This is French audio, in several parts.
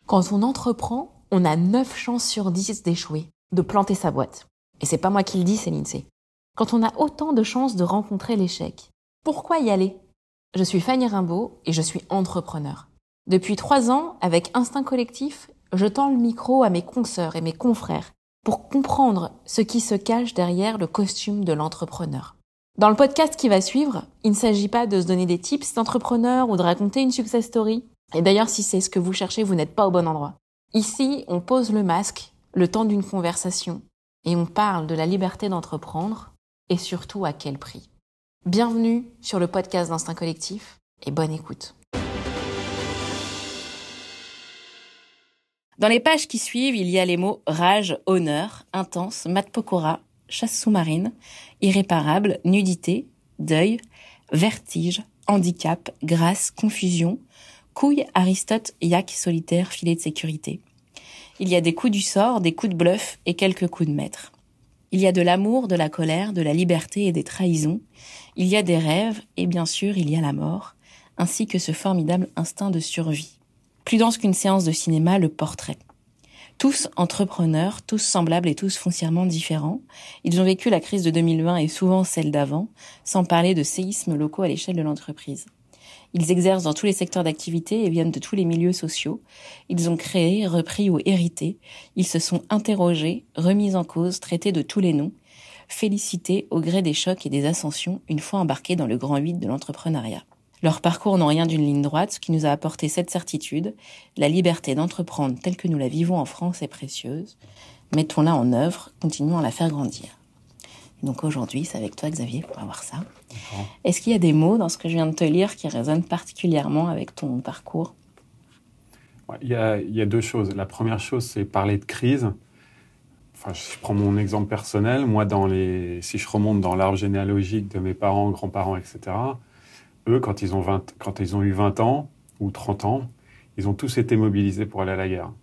Quand on entreprend, on a 9 chances sur 10 d'échouer, de planter sa boîte. Et c'est pas moi qui le dis, c'est l'INSEE. Quand on a autant de chances de rencontrer l'échec, pourquoi y aller ? Je suis Fanny Rimbaud et je suis entrepreneur. Depuis 3 ans, avec Instinct Collectif, je tends le micro à mes consoeurs et mes confrères pour comprendre ce qui se cache derrière le costume de l'entrepreneur. Dans le podcast qui va suivre, il ne s'agit pas de se donner des tips d'entrepreneur ou de raconter une success story. Et d'ailleurs, si c'est ce que vous cherchez, vous n'êtes pas au bon endroit. Ici, on pose le masque, le temps d'une conversation, et on parle de la liberté d'entreprendre, et surtout à quel prix. Bienvenue sur le podcast d'Instinct Collectif, et bonne écoute. Dans les pages qui suivent, il y a les mots rage, honneur, intense, mat pokora, chasse sous-marine, irréparable, nudité, deuil, vertige, handicap, grâce, confusion, couille, Aristote, yak, solitaire, filet de sécurité. Il y a des coups du sort, des coups de bluff et quelques coups de maître. Il y a de l'amour, de la colère, de la liberté et des trahisons. Il y a des rêves et bien sûr il y a la mort, ainsi que ce formidable instinct de survie. Plus dense qu'une séance de cinéma, le portrait. Tous entrepreneurs, tous semblables et tous foncièrement différents. Ils ont vécu la crise de 2020 et souvent celle d'avant, sans parler de séismes locaux à l'échelle de l'entreprise. Ils exercent dans tous les secteurs d'activité et viennent de tous les milieux sociaux. Ils ont créé, repris ou hérité. Ils se sont interrogés, remis en cause, traités de tous les noms, félicités au gré des chocs et des ascensions une fois embarqués dans le grand vide de l'entrepreneuriat. Leurs parcours n'ont rien d'une ligne droite, ce qui nous a apporté cette certitude. La liberté d'entreprendre telle que nous la vivons en France est précieuse. Mettons-la en œuvre, continuons à la faire grandir. Et donc aujourd'hui, c'est avec toi Xavier pour avoir ça. D'accord. Est-ce qu'il y a des mots dans ce que je viens de te lire qui résonnent particulièrement avec ton parcours ? Ouais, il y a deux choses. La première chose, c'est parler de crise. Enfin, je prends mon exemple personnel. Moi, si je remonte dans l'arbre généalogique de mes parents, grands-parents, etc., eux, quand ils ont eu 20 ans ou 30 ans, ils ont tous été mobilisés pour aller à la guerre.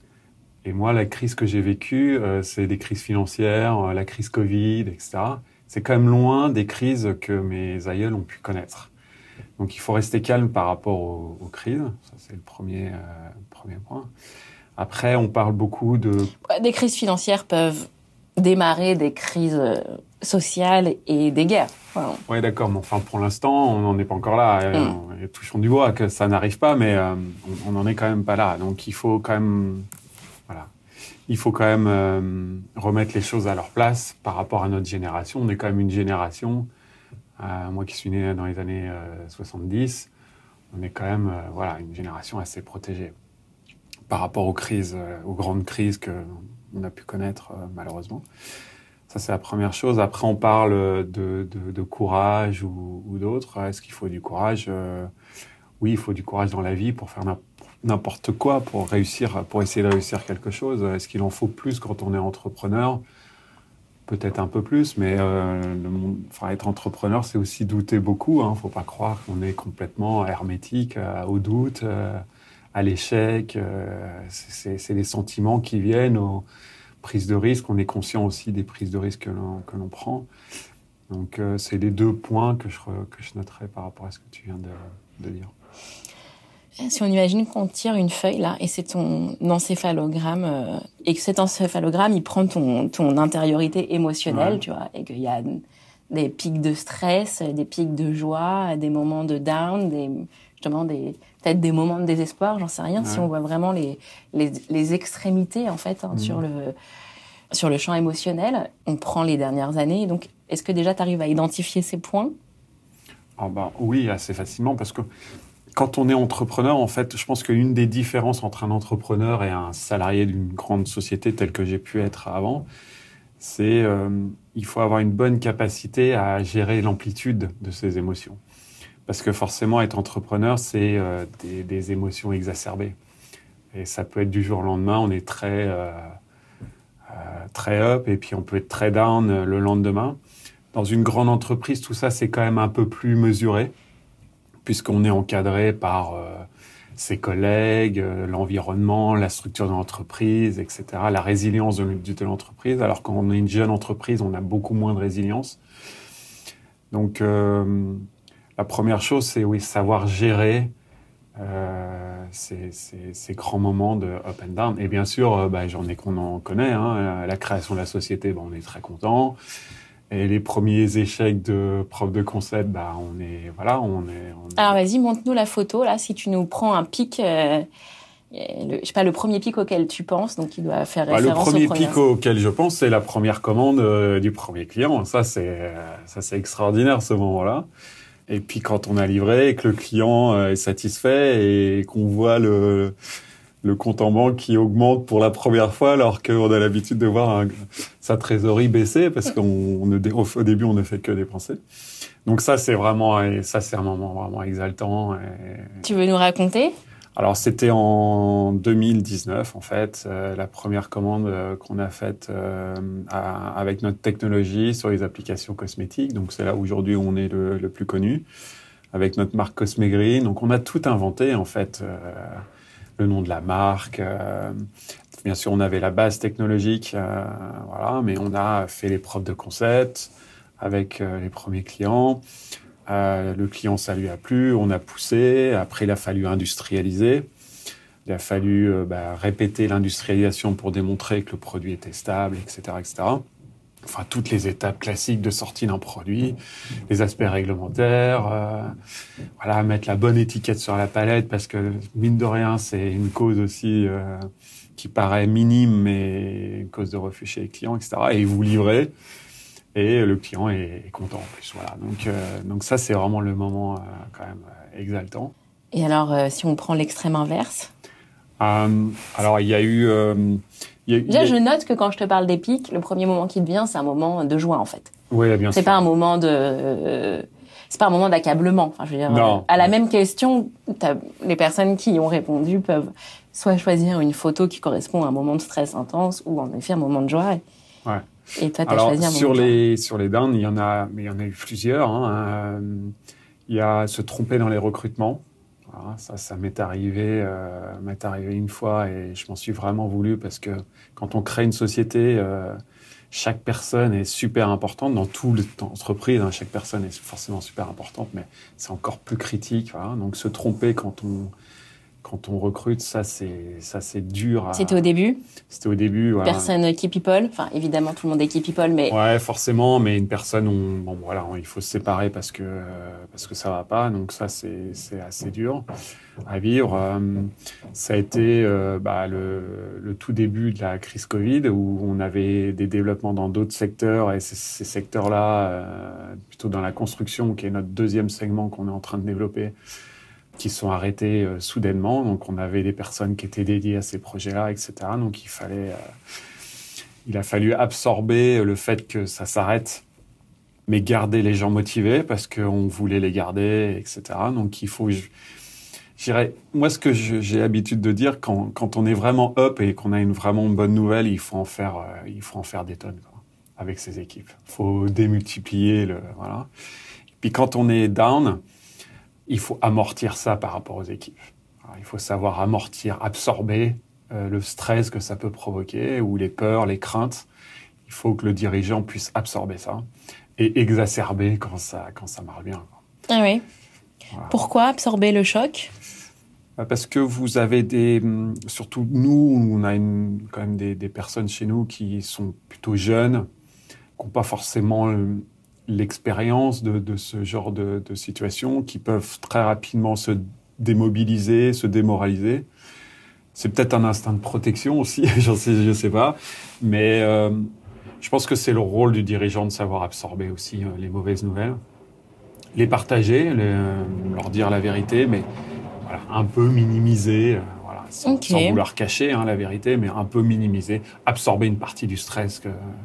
Et moi, la crise que j'ai vécue, c'est des crises financières, la crise Covid, etc. C'est quand même loin des crises que mes aïeuls ont pu connaître. Donc, il faut rester calme par rapport aux crises. Ça, c'est le premier point. Après, on parle beaucoup de... Des crises financières peuvent démarrer des crises sociales et des guerres. Enfin... Oui, d'accord. Mais enfin, pour l'instant, on n'en est pas encore là. Touchons du bois que ça n'arrive pas, mais on n'en est quand même pas là. Donc, il faut quand même... Voilà. Il faut quand même remettre les choses à leur place par rapport à notre génération. On est quand même une génération, moi qui suis né dans les années 70, on est quand même une génération assez protégée par rapport aux crises, aux grandes crises qu'on a pu connaître malheureusement. Ça, c'est la première chose. Après, on parle de courage ou d'autres. Est-ce qu'il faut du courage ? Oui, il faut du courage dans la vie pour faire n'importe quoi, pour essayer de réussir quelque chose. Est-ce qu'il en faut plus quand on est entrepreneur ? Peut-être un peu plus, mais être entrepreneur, c'est aussi douter beaucoup. Faut pas croire qu'on est complètement hermétique au doute, à l'échec. C'est des sentiments qui viennent aux prises de risque. On est conscient aussi des prises de risque que l'on prend. Donc, c'est les 2 points que je noterais par rapport à ce que tu viens de dire. Si on imagine qu'on tire une feuille, là, et c'est ton encéphalogramme, et que cet encéphalogramme, il prend ton intériorité émotionnelle, tu vois, et qu'il y a des pics de stress, des pics de joie, des moments de down, peut-être des moments de désespoir, j'en sais rien, si on voit vraiment les extrémités, en fait, sur le champ émotionnel. On prend les dernières années, donc est-ce que déjà tu arrives à identifier ces points ? Oui, assez facilement, parce que quand on est entrepreneur, en fait, je pense qu'une des différences entre un entrepreneur et un salarié d'une grande société telle que j'ai pu être avant, c'est il faut avoir une bonne capacité à gérer l'amplitude de ses émotions. Parce que forcément, être entrepreneur, c'est des émotions exacerbées. Et ça peut être du jour au lendemain, on est très up, et puis on peut être très down le lendemain. Dans une grande entreprise, tout ça, c'est quand même un peu plus mesuré, puisqu'on est encadré par ses collègues, l'environnement, la structure de l'entreprise, etc., la résilience de l'entreprise. Alors quand on est une jeune entreprise, on a beaucoup moins de résilience. Donc, la première chose, c'est savoir gérer ces grands moments de up and down. Et bien sûr, j'en ai qu'on en connaît. Hein, la création de la société, on est très content. Et les premiers échecs de preuve de concept, on est. Alors vas-y, montre-nous la photo là. Si tu nous prends un pic, je sais pas, le premier pic auquel tu penses, donc il doit faire référence au premier. Le premier pic auquel je pense, c'est la première commande du premier client. Ça c'est extraordinaire ce moment-là. Et puis quand on a livré et que le client est satisfait et qu'on voit le compte en banque qui augmente pour la première fois alors qu'on a l'habitude de voir sa trésorerie baisser parce qu'au début on ne fait que dépenser. Donc ça c'est un moment vraiment exaltant. Tu veux nous raconter ? Alors c'était en 2019 en fait, la première commande qu'on a faite avec notre technologie sur les applications cosmétiques. Donc c'est là aujourd'hui où on est le plus connu avec notre marque Cosmegreen. Donc on a tout inventé en fait, le nom de la marque. Bien sûr on avait la base technologique, mais on a fait les preuves de concept avec les premiers clients. Le client, ça lui a plu, on a poussé. Après, il a fallu industrialiser. Il a fallu répéter l'industrialisation pour démontrer que le produit était stable, etc., etc. Enfin, toutes les étapes classiques de sortie d'un produit, les aspects réglementaires, mettre la bonne étiquette sur la palette parce que, mine de rien, c'est une cause aussi qui paraît minime, mais une cause de refus chez les clients, etc. Et vous livrez. Et le client est content en plus. Voilà. Donc ça, c'est vraiment le moment quand même exaltant. Et alors, si on prend l'extrême inverse ? Alors, il y a eu... Déjà, je note que quand je te parle des pics, le premier moment qui te vient, c'est un moment de joie, en fait. Oui, bien sûr. C'est pas un moment c'est pas un moment d'accablement. Enfin, je veux dire, non. À la même question, les personnes qui ont répondu peuvent soit choisir une photo qui correspond à un moment de stress intense ou en effet un moment de joie. Ouais. Et toi, tu as choisi un moment sur les downs, il y en a eu plusieurs. Il y a se tromper dans les recrutements. Voilà, ça m'est arrivé une fois et je m'en suis vraiment voulu parce que quand on crée une société, chaque personne est super importante dans toute l'entreprise. Chaque personne est forcément super importante, mais c'est encore plus critique. Voilà. Donc se tromper quand on recrute, ça c'est dur. C'était au début ? C'était au début, voilà. Personne key people. Enfin, évidemment, tout le monde est key people, mais... Ouais, forcément, mais une personne, il faut se séparer parce que ça va pas. Donc ça, c'est assez dur à vivre. Ça a été le tout début de la crise Covid où on avait des développements dans d'autres secteurs et ces secteurs-là, plutôt dans la construction, qui est notre deuxième segment qu'on est en train de développer, qui sont arrêtés soudainement. Donc, on avait des personnes qui étaient dédiées à ces projets-là, etc. Donc, il a fallu absorber le fait que ça s'arrête, mais garder les gens motivés parce qu'on voulait les garder, etc. Donc, il faut... Je dirais, moi, ce que j'ai l'habitude de dire, quand on est vraiment up et qu'on a une vraiment bonne nouvelle, il faut en faire des tonnes, quoi, avec ses équipes. Il faut démultiplier voilà. Et puis, quand on est down, il faut amortir ça par rapport aux équipes. Alors, il faut savoir amortir, absorber le stress que ça peut provoquer ou les peurs, les craintes. Il faut que le dirigeant puisse absorber ça et exacerber quand ça marche bien, quoi. Ah oui. Voilà. Pourquoi absorber le choc ? Parce que vous avez surtout nous, on a quand même des personnes chez nous qui sont plutôt jeunes, qui n'ont pas forcément l'expérience de ce genre de situation, qui peuvent très rapidement se démobiliser, se démoraliser. C'est peut-être un instinct de protection aussi, je sais pas. Mais je pense que c'est le rôle du dirigeant de savoir absorber aussi les mauvaises nouvelles, les partager, leur dire la vérité, mais voilà, un peu minimiser, sans vouloir cacher la vérité, mais un peu minimiser, absorber une partie du stress.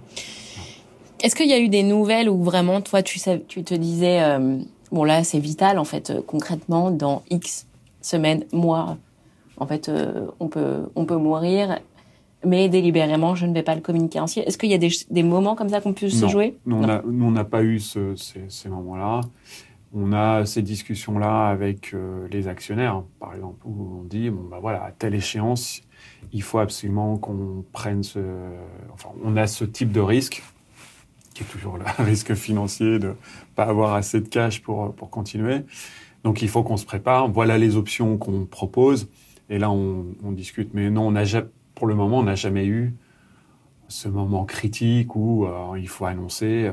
Est-ce qu'il y a eu des nouvelles où vraiment, toi, tu te disais, là, c'est vital, en fait, concrètement, dans X semaines, mois, en fait, on peut mourir, mais délibérément, je ne vais pas le communiquer ainsi. Est-ce qu'il y a des moments comme ça qu'on peut se jouer ? Non, on n'a pas eu ces moments-là. On a ces discussions-là avec les actionnaires, par exemple, où on dit, à telle échéance, il faut absolument qu'on prenne on a ce type de risque, qui est toujours le risque financier de pas avoir assez de cash pour continuer. Donc, il faut qu'on se prépare. Voilà les options qu'on propose. Et là, on discute. Mais non, pour le moment, on n'a jamais eu ce moment critique où il faut annoncer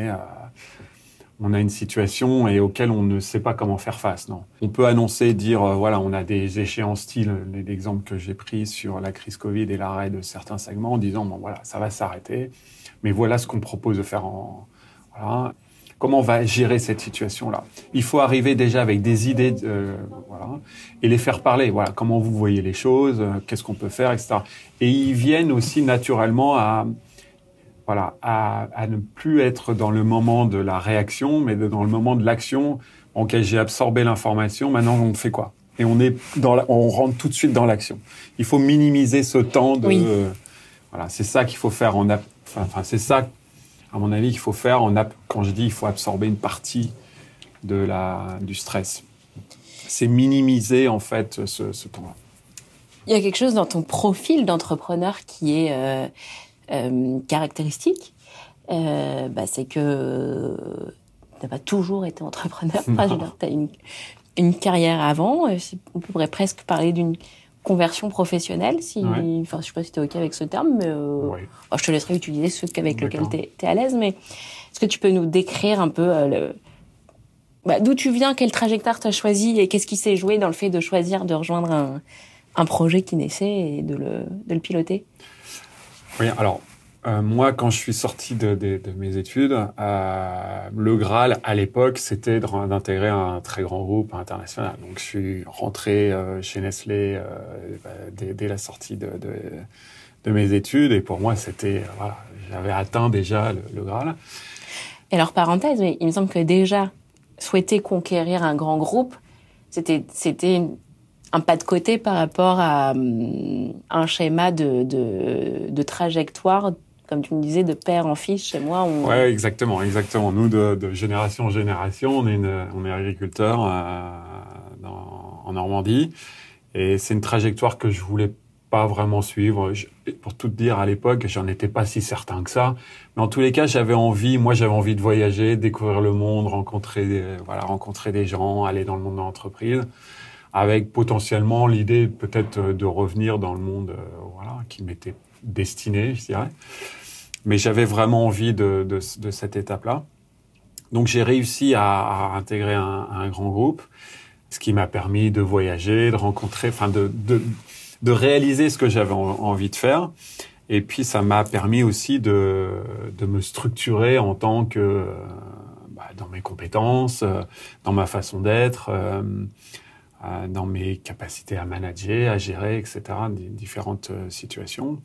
on a une situation et auquel on ne sait pas comment faire face. Non, on peut annoncer, dire voilà, on a des échéances style l'exemple que j'ai pris sur la crise Covid et l'arrêt de certains segments en disant bon voilà, ça va s'arrêter, mais voilà ce qu'on propose de faire voilà. Comment on va gérer cette situation-là? Il faut arriver déjà avec des idées, voilà, et les faire parler. Voilà, comment vous voyez les choses, qu'est-ce qu'on peut faire, etc. Et ils viennent aussi naturellement à ne plus être dans le moment de la réaction, mais dans le moment de l'action. Ok, j'ai absorbé l'information, maintenant on fait quoi? Et on rentre tout de suite dans l'action. Il faut minimiser ce temps de... Oui. Voilà, c'est ça qu'il faut faire c'est ça, à mon avis, qu'il faut faire quand je dis il faut absorber une partie du stress. C'est minimiser, en fait, ce temps-là. Il y a quelque chose dans ton profil d'entrepreneur qui est caractéristique. C'est que tu n'as pas toujours été entrepreneur. Tu as une carrière avant. On pourrait presque parler d'une conversion professionnelle. Ouais. Enfin, je ne sais pas si tu es OK avec ce terme, mais Ouais. je te laisserai utiliser ceux avec lesquels tu es à l'aise. Mais est-ce que tu peux nous décrire un peu d'où tu viens, quelle trajectoire tu as choisi et qu'est-ce qui s'est joué dans le fait de choisir de rejoindre un projet qui naissait et de le piloter? Oui, alors, moi, quand je suis sorti de mes études, le Graal, à l'époque, c'était d'intégrer un très grand groupe international. Donc, je suis rentré chez Nestlé dès la sortie de mes études. Et pour moi, c'était... voilà, j'avais atteint déjà le Graal. Et alors, parenthèse, mais il me semble que déjà, souhaiter conquérir un grand groupe, c'était un pas de côté par rapport à un schéma de trajectoire, comme tu me disais, de père en fils chez moi. Ouais, exactement. Nous, de génération en génération, on est agriculteurs en Normandie, et c'est une trajectoire que je voulais pas vraiment suivre. Pour tout te dire, à l'époque, j'en étais pas si certain que ça. Mais en tous les cas, j'avais envie de voyager, découvrir le monde, rencontrer des gens, aller dans le monde de l'entreprise, avec potentiellement l'idée peut-être de revenir dans le monde qui m'était destiné, je dirais. Mais j'avais vraiment envie de cette étape-là. Donc j'ai réussi à intégrer un grand groupe, ce qui m'a permis de voyager, de rencontrer, de réaliser ce que j'avais envie de faire. Et puis ça m'a permis aussi de me structurer en tant que dans mes compétences, dans ma façon d'être, dans mes capacités à manager, à gérer, etc., différentes situations.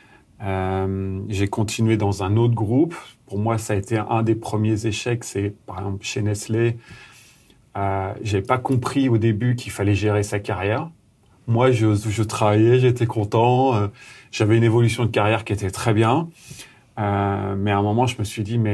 J'ai continué dans un autre groupe. Pour moi, ça a été un des premiers échecs. C'est, par exemple, chez Nestlé, j'avais pas compris au début qu'il fallait gérer sa carrière. Moi, je travaillais, j'étais content. J'avais une évolution de carrière qui était très bien. Mais à un moment, je me suis dit, mais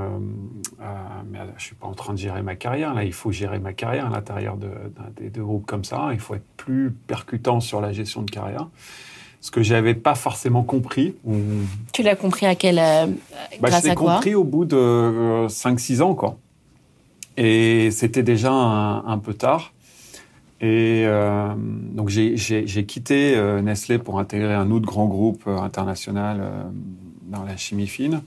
je suis pas en train de gérer ma carrière. Là, il faut gérer ma carrière à l'intérieur des deux groupes comme ça. Il faut être plus percutant sur la gestion de carrière. Ce que j'avais pas forcément compris. Tu l'as compris à quel grâce je l'ai à quoi? compris au bout de 5-6 ans, quoi. Et c'était déjà un peu tard. Et donc j'ai quitté Nestlé pour intégrer un autre grand groupe international dans la chimie fine.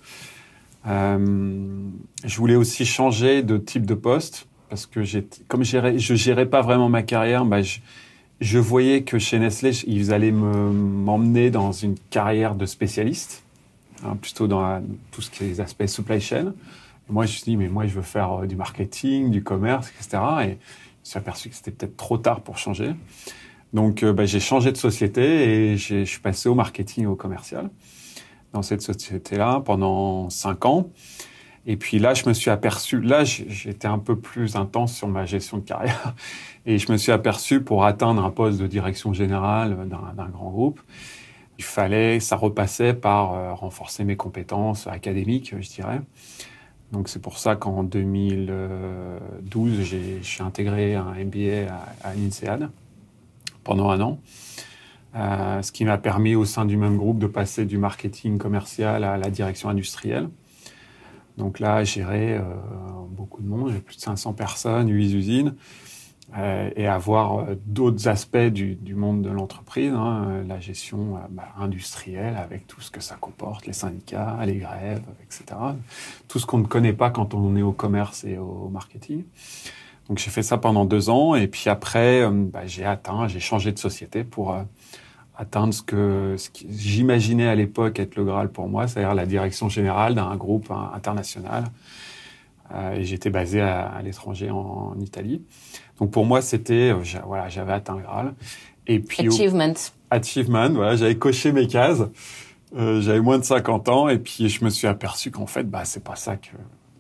Je voulais aussi changer de type de poste parce que comme je gérais pas vraiment ma carrière, je voyais que chez Nestlé, ils allaient m'emmener dans une carrière de spécialiste, plutôt dans tout ce qui est les aspects supply chain. Et moi, je me suis dit, mais moi, je veux faire du marketing, du commerce, etc. Et je me suis aperçu que c'était peut-être trop tard pour changer. Donc, j'ai changé de société et je suis passé au marketing et au commercial dans cette société-là pendant 5 ans. Et puis là, je me suis aperçu, j'étais un peu plus intense sur ma gestion de carrière. Et je me suis aperçu, pour atteindre un poste de direction générale d'un grand groupe, ça repassait par renforcer mes compétences académiques, je dirais. Donc c'est pour ça qu'en 2012, je suis intégré un MBA à l'INSEAD pendant 1 an. Ce qui m'a permis au sein du même groupe de passer du marketing commercial à la direction industrielle. Donc là, gérer beaucoup de monde, j'ai plus de 500 personnes, 8 usines. et avoir d'autres aspects du monde de l'entreprise, hein, la gestion industrielle avec tout ce que ça comporte, les syndicats, les grèves, etc. Tout ce qu'on ne connaît pas quand on est au commerce et au marketing. Donc j'ai fait ça pendant 2 ans et puis après j'ai changé de société pour atteindre ce que j'imaginais à l'époque être le Graal pour moi, c'est-à-dire la direction générale d'un groupe international. Et j'étais basé à l'étranger en Italie. Donc pour moi, c'était j'avais atteint le Graal. Et puis Achievement, voilà, j'avais coché mes cases. J'avais moins de 50 ans et puis je me suis aperçu qu'en fait, c'est pas ça que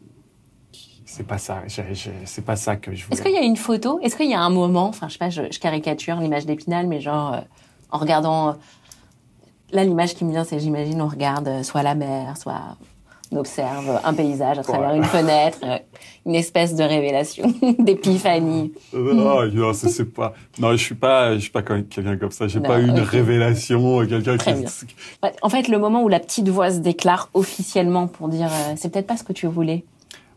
je voulais. Est-ce qu'il y a une photo? Est-ce qu'il y a un moment, enfin, je sais pas, je caricature l'image d'Épinal, mais genre, en regardant, là, l'image qui me vient, c'est, j'imagine, on regarde soit la mer, soit on observe un paysage à travers une fenêtre, une espèce de révélation, d'épiphanie. Non, ça c'est pas. Non, je suis pas quelqu'un comme ça. J'ai pas eu une révélation, quelqu'un Très bien. En fait, le moment où la petite voix se déclare officiellement pour dire, c'est peut-être pas ce que tu voulais.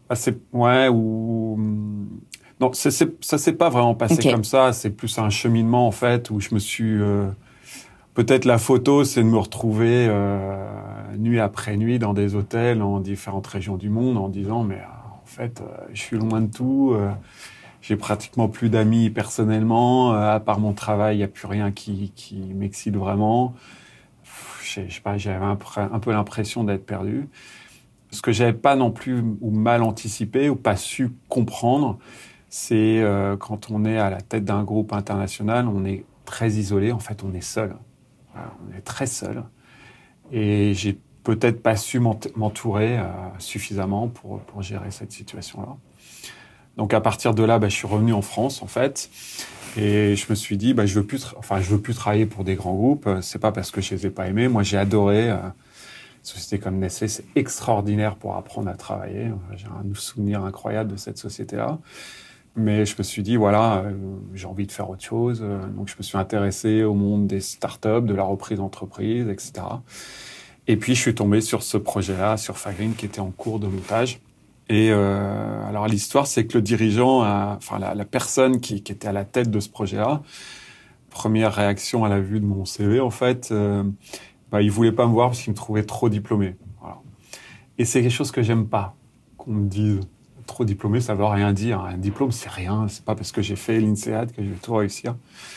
Non, ça s'est pas vraiment passé comme ça. C'est plus un cheminement en fait où je me suis. Peut-être la photo, c'est de me retrouver nuit après nuit dans des hôtels en différentes régions du monde en disant mais en fait je suis loin de tout. J'ai pratiquement plus d'amis personnellement. À part mon travail, il y a plus rien qui m'excite vraiment. Je sais pas, j'avais un peu l'impression d'être perdu. Ce que j'avais pas non plus ou mal anticipé ou pas su comprendre, c'est quand on est à la tête d'un groupe international, on est très isolé. En fait, on est seul. Voilà, on est très seul. Et j'ai peut-être pas su m'entourer suffisamment pour gérer cette situation-là. Donc à partir de là, je suis revenu en France en fait, et je me suis dit je veux plus travailler pour des grands groupes. C'est pas parce que je les ai pas aimés. Moi, j'ai adoré. Société comme Nestlé, c'est extraordinaire pour apprendre à travailler. J'ai un souvenir incroyable de cette société-là. Mais je me suis dit, j'ai envie de faire autre chose. Donc, je me suis intéressé au monde des startups, de la reprise d'entreprise, etc. Et puis, je suis tombé sur ce projet-là, sur Fagreen, qui était en cours de montage. Et alors, l'histoire, c'est que le dirigeant, la personne qui était à la tête de ce projet-là, première réaction à la vue de mon CV, en fait... il voulait pas me voir parce qu'il me trouvait trop diplômé. Voilà. Et c'est quelque chose que j'aime pas, qu'on me dise trop diplômé, ça veut rien dire. Un diplôme, c'est rien. C'est pas parce que j'ai fait l'INSEAD que je vais tout réussir.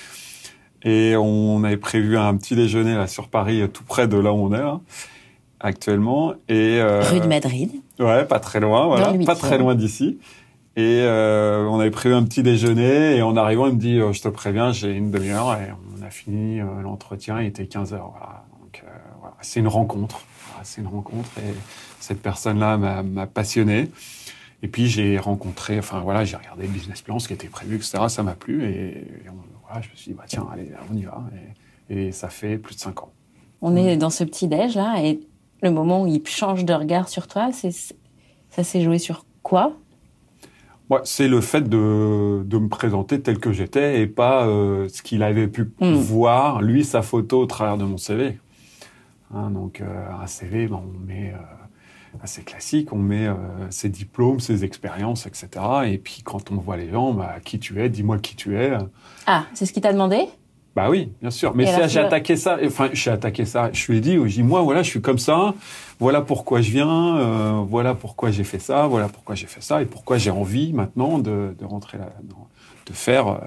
Et on avait prévu un petit déjeuner là sur Paris, tout près de là où on est là, actuellement. Et rue de Madrid. Ouais, pas très loin, voilà, pas très loin d'ici. Et on avait prévu un petit déjeuner et en arrivant, il me dit je te préviens, j'ai une demi-heure et on a fini l'entretien, il était 15h. Voilà. Donc c'est une rencontre. Voilà, c'est une rencontre et cette personne-là m'a passionné. Et puis j'ai rencontré, j'ai regardé le business plan, ce qui était prévu, etc. Ça m'a plu et je me suis dit tiens, allez, on y va. Et ça fait plus de 5 ans. On est dans ce petit déj là et le moment où il change de regard sur toi, ça s'est joué sur quoi? C'est le fait de me présenter tel que j'étais et pas ce qu'il avait pu voir, lui, sa photo au travers de mon CV. Donc, un CV, on met assez classique, on met ses diplômes, ses expériences, etc. Et puis, quand on voit les gens, qui tu es, dis-moi qui tu es. Ah, c'est ce qu'il t'a demandé? Oui, bien sûr. Mais j'ai attaqué ça. Je lui ai dit, moi, voilà, je suis comme ça. Voilà pourquoi je viens. Voilà pourquoi j'ai fait ça. Voilà pourquoi j'ai fait ça. Et pourquoi j'ai envie maintenant de rentrer là-dedans, de faire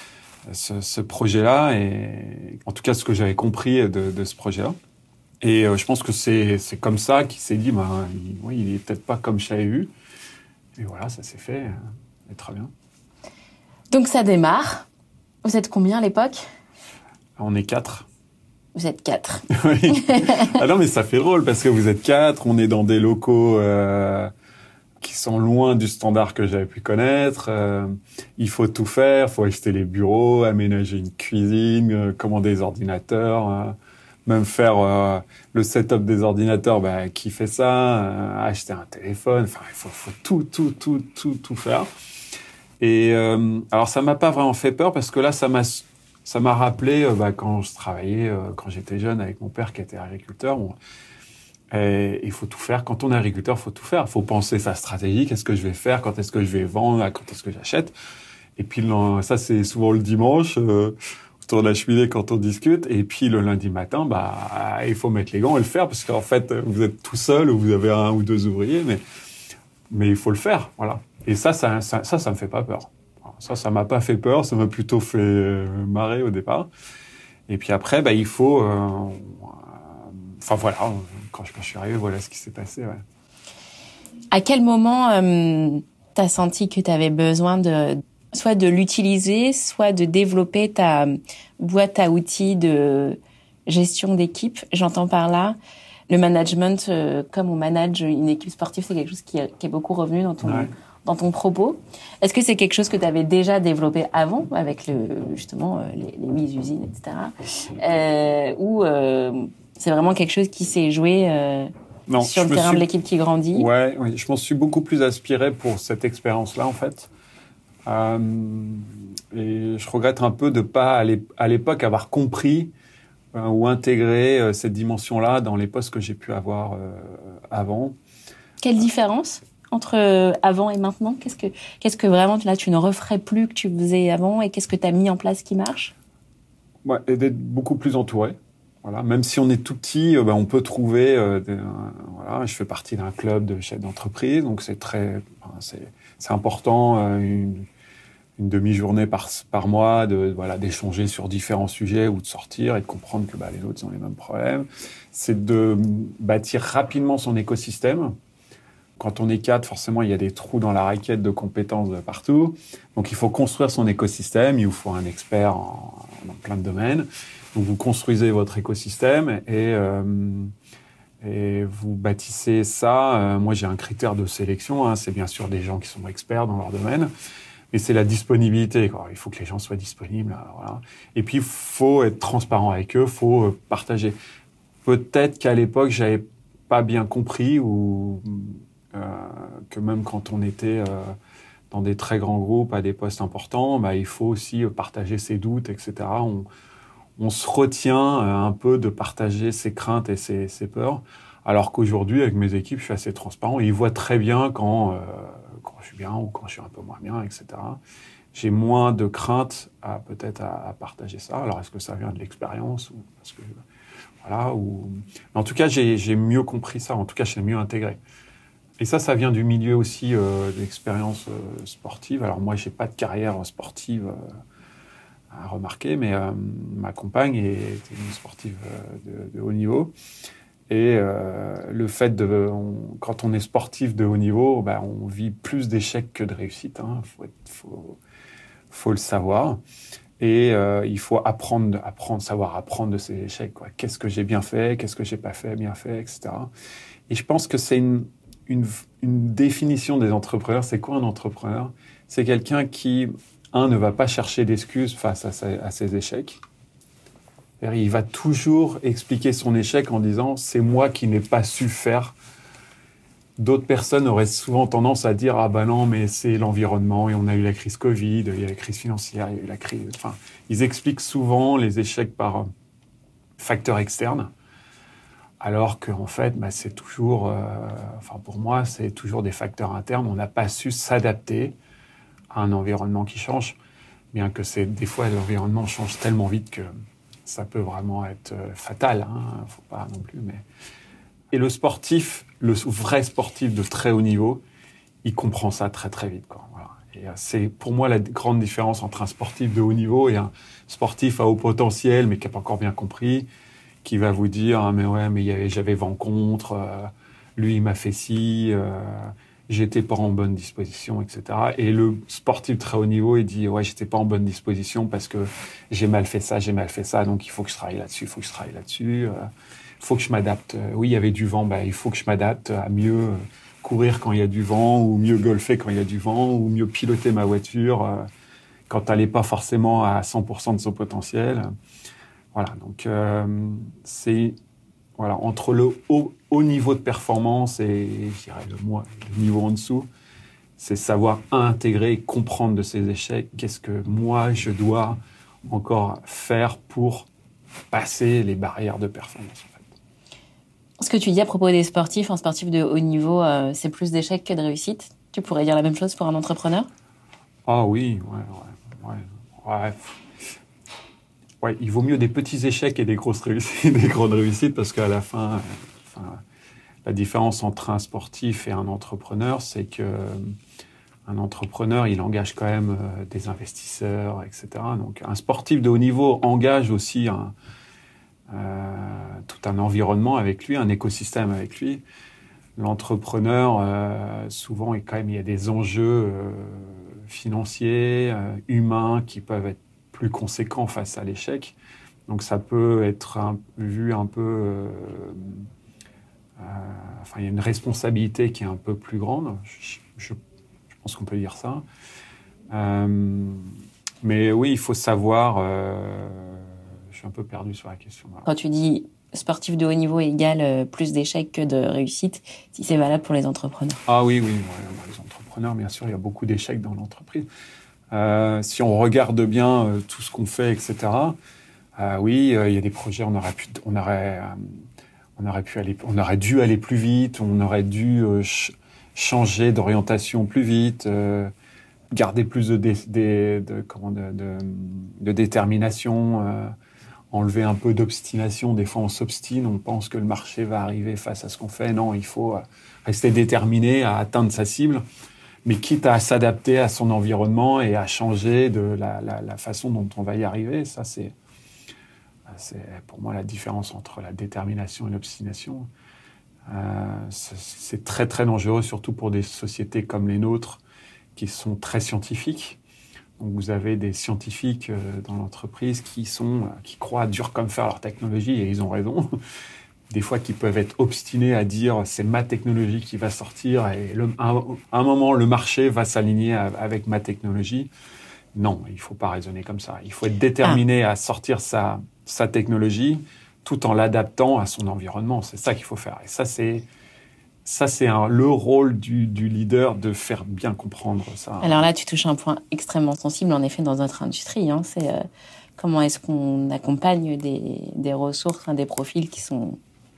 ce projet-là. Et en tout cas, ce que j'avais compris de ce projet-là. Et je pense que c'est comme ça qu'il s'est dit, il est peut-être pas comme j'avais vu. Et voilà, ça s'est fait. Et très bien. Donc ça démarre. Vous êtes combien à l'époque? On est 4. Vous êtes 4. Oui. Ah non, mais ça fait drôle parce que vous êtes 4, on est dans des locaux qui sont loin du standard que j'avais pu connaître. Il faut tout faire, il faut acheter les bureaux, aménager une cuisine, commander des ordinateurs, même faire le setup des ordinateurs, qui fait ça, acheter un téléphone, il faut tout faire. Et alors ça m'a pas vraiment fait peur parce que là ça m'a rappelé quand je travaillais, quand j'étais jeune avec mon père qui était agriculteur. Il faut tout faire. Quand on est agriculteur, il faut tout faire. Il faut penser sa stratégie. Qu'est-ce que je vais faire? Quand est-ce que je vais vendre? Quand est-ce que j'achète? Et puis ça c'est souvent le dimanche autour de la cheminée quand on discute. Et puis le lundi matin, il faut mettre les gants et le faire parce qu'en fait vous êtes tout seul ou vous avez 1 ou 2 ouvriers, mais il faut le faire, voilà. Et ça me fait pas peur. Ça m'a pas fait peur, ça m'a plutôt fait marrer au départ. Et puis après, il faut, voilà, quand je suis arrivé, voilà ce qui s'est passé. Ouais. À quel moment t'as senti que t'avais besoin soit de l'utiliser, soit de développer ta boîte à outils de gestion d'équipe? J'entends par là le management, comme on manage une équipe sportive, c'est quelque chose qui est beaucoup revenu dans ton propos. Est-ce que c'est quelque chose que tu avais déjà développé avant, avec les 8 usines, etc. Ou c'est vraiment quelque chose qui s'est joué sur le terrain de l'équipe qui grandit? Oui, je m'en suis beaucoup plus inspiré pour cette expérience-là, en fait. Et je regrette un peu de ne pas, à l'époque, avoir compris ou intégré cette dimension-là dans les postes que j'ai pu avoir avant. Quelle différence entre avant et maintenant? Qu'est-ce que vraiment là tu ne referais plus que tu faisais avant, et qu'est-ce que tu as mis en place qui marche? Et d'être beaucoup plus entouré. Voilà, même si on est tout petit, on peut trouver. Voilà, je fais partie d'un club de chefs d'entreprise, donc c'est important une demi-journée par mois d'échanger sur différents sujets ou de sortir et de comprendre que les autres ont les mêmes problèmes. C'est de bâtir rapidement son écosystème. Quand on est 4, forcément, il y a des trous dans la raquette de compétences de partout. Donc, il faut construire son écosystème. Il vous faut un expert dans plein de domaines. Donc, vous construisez votre écosystème et vous bâtissez ça. Moi, j'ai un critère de sélection. C'est bien sûr des gens qui sont experts dans leur domaine. Mais c'est la disponibilité, quoi. Il faut que les gens soient disponibles. Voilà. Et puis, il faut être transparent avec eux. Il faut partager. Peut-être qu'à l'époque, j'avais pas bien compris que même quand on était dans des très grands groupes, à des postes importants, il faut aussi partager ses doutes, etc. On se retient un peu de partager ses craintes et ses peurs, alors qu'aujourd'hui, avec mes équipes, je suis assez transparent. Ils voient très bien quand je suis bien ou quand je suis un peu moins bien, etc. J'ai moins de crainte à partager ça. Alors, est-ce que ça vient de l'expérience ou parce que voilà, en tout cas, j'ai mieux compris ça. En tout cas, je l'ai mieux intégré. Et ça vient du milieu aussi de l'expérience sportive. Alors moi, j'ai pas de carrière sportive à remarquer, mais ma compagne était une sportive de haut niveau. Et le fait quand on est sportif de haut niveau, on vit plus d'échecs que de réussites. Hein. Faut le savoir. Et il faut savoir apprendre de ces échecs, quoi. Qu'est-ce que j'ai bien fait, qu'est-ce que j'ai pas fait, bien fait, etc. Et je pense que c'est une définition des entrepreneurs. C'est quoi un entrepreneur? C'est quelqu'un qui, ne va pas chercher d'excuses face à ses échecs. Il va toujours expliquer son échec en disant « c'est moi qui n'ai pas su faire ». D'autres personnes auraient souvent tendance à dire « ah non, mais c'est l'environnement, et on a eu la crise Covid, il y a la crise financière, il y a eu la crise… » Enfin, ils expliquent souvent les échecs par facteurs externes. Alors qu'en fait, c'est toujours, pour moi, c'est toujours des facteurs internes. On n'a pas su s'adapter à un environnement qui change, bien que des fois, l'environnement change tellement vite que ça peut vraiment être fatal. Faut pas non plus. Et le sportif, le vrai sportif de très haut niveau, il comprend ça très très vite, quoi. Voilà. Et c'est pour moi la grande différence entre un sportif de haut niveau et un sportif à haut potentiel, mais qui n'a pas encore bien compris, qui va vous dire mais j'avais vent contre, lui il m'a fait ci, j'étais pas en bonne disposition, etc. Et le sportif très haut niveau, il dit j'étais pas en bonne disposition parce que j'ai mal fait ça, donc il faut que je travaille là-dessus, faut que je m'adapte. Oui, il y avait du vent, il faut que je m'adapte à mieux courir quand il y a du vent, ou mieux golfer quand il y a du vent, ou mieux piloter ma voiture quand elle n'est pas forcément à 100% de son potentiel. Voilà, donc c'est entre le haut niveau de performance et je dirais le niveau en dessous, c'est savoir intégrer et comprendre de ses échecs. Qu'est-ce que moi je dois encore faire pour passer les barrières de performance, en fait. Ce que tu dis à propos des sportifs, un sportif de haut niveau, c'est plus d'échecs que de réussites. Tu pourrais dire la même chose pour un entrepreneur? Ah oui, ouais. Ouais, il vaut mieux des petits échecs et des grosses réussites, des grandes réussites, parce qu'à la fin, la différence entre un sportif et un entrepreneur, c'est que un entrepreneur, il engage quand même des investisseurs, etc. Donc, un sportif de haut niveau engage aussi tout un environnement avec lui, un écosystème avec lui. L'entrepreneur, souvent, il y a des enjeux financiers, humains, qui peuvent être plus conséquents face à l'échec. Donc, ça peut être vu un peu... il y a une responsabilité qui est un peu plus grande. Je pense qu'on peut dire ça. Mais oui, il faut savoir... je suis un peu perdu sur la question. Voilà. Quand tu dis sportif de haut niveau égale plus d'échecs que de réussites, si c'est valable pour les entrepreneurs. Ah oui, les entrepreneurs, bien sûr, il y a beaucoup d'échecs dans l'entreprise. Si on regarde bien tout ce qu'on fait, etc., il y a des projets, on aurait dû aller plus vite, on aurait dû changer d'orientation plus vite, garder plus de détermination, enlever un peu d'obstination. Des fois, on s'obstine, on pense que le marché va arriver face à ce qu'on fait. Non, il faut rester déterminé à atteindre sa cible, mais quitte à s'adapter à son environnement et à changer de la façon dont on va y arriver. Ça, c'est pour moi la différence entre la détermination et l'obstination. C'est très, très dangereux, surtout pour des sociétés comme les nôtres, qui sont très scientifiques. Donc, vous avez des scientifiques dans l'entreprise qui croient dur comme fer leur technologie, et ils ont raison. Des fois, qui peuvent être obstinés à dire c'est ma technologie qui va sortir, et à un moment, le marché va s'aligner avec ma technologie. Non, il ne faut pas raisonner comme ça. Il faut être déterminé à sortir sa technologie tout en l'adaptant à son environnement. C'est ça qu'il faut faire. Et ça, c'est le rôle du leader, de faire bien comprendre ça. Alors là, tu touches un point extrêmement sensible, en effet, dans notre industrie. C'est comment est-ce qu'on accompagne des ressources, des profils qui sont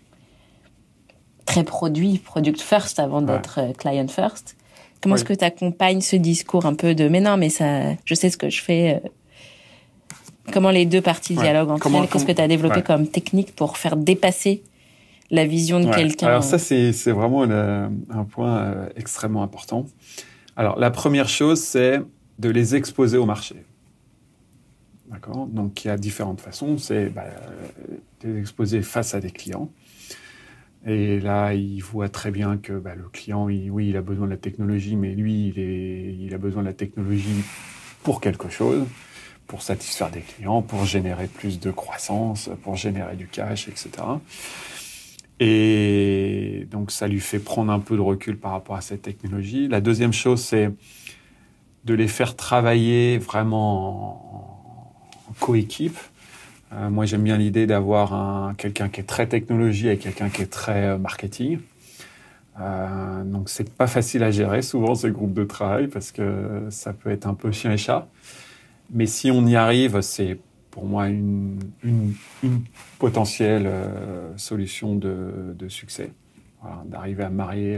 très product first avant d'être client first. Comment est-ce que tu accompagnes ce discours un peu de « mais non, mais ça, je sais ce que je fais ». Comment les deux parties dialoguent entre elles? Qu'est-ce que tu as développé comme technique pour faire dépasser la vision de quelqu'un? Alors ça, c'est vraiment un point extrêmement important. Alors, la première chose, c'est de les exposer au marché. D'accord? Donc, il y a différentes façons. C'est de les exposer face à des clients. Et là, il voit très bien que le client, il a besoin de la technologie, mais lui, il a besoin de la technologie pour quelque chose, pour satisfaire des clients, pour générer plus de croissance, pour générer du cash, etc. Et donc, ça lui fait prendre un peu de recul par rapport à cette technologie. La deuxième chose, c'est de les faire travailler vraiment en coéquipe. Moi, j'aime bien l'idée d'avoir quelqu'un qui est très technologie et quelqu'un qui est très marketing. Donc, c'est pas facile à gérer, souvent, ce groupe de travail, parce que ça peut être un peu chien et chat. Mais si on y arrive, c'est pour moi une potentielle solution de succès. Voilà, d'arriver à marier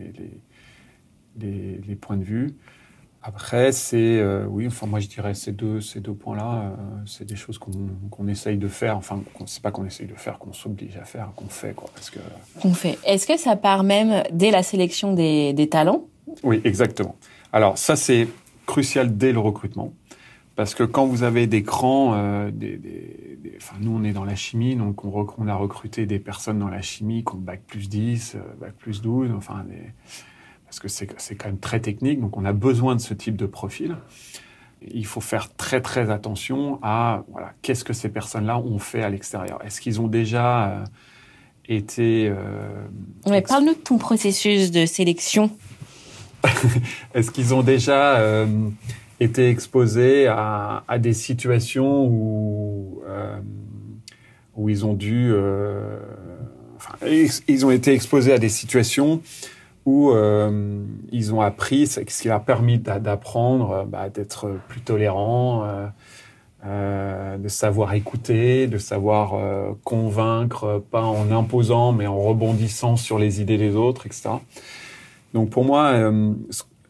les points de vue. Après, moi je dirais ces deux points-là, c'est des choses qu'on essaye de faire. Enfin, c'est pas qu'on essaye de faire, qu'on s'oblige à faire, qu'on fait, quoi. Parce que... Qu'on fait. Est-ce que ça part même dès la sélection des talents? Oui, exactement. Alors ça, c'est crucial dès le recrutement. Parce que quand vous avez des grands... nous, on est dans la chimie, donc on a recruté des personnes dans la chimie qui ont bac plus 10, bac plus 12, parce que c'est quand même très technique, donc on a besoin de ce type de profil. Il faut faire très, très attention à qu'est-ce que ces personnes-là ont fait à l'extérieur. Est-ce qu'ils ont déjà été... Parle-nous de ton processus de sélection. Est-ce qu'ils ont déjà... été exposés à des situations où ils ont dû... ils ont été exposés à des situations où ils ont appris, ce qui leur a permis d'apprendre, d'être plus tolérants, de savoir écouter, de savoir convaincre, pas en imposant, mais en rebondissant sur les idées des autres, etc. Donc pour moi...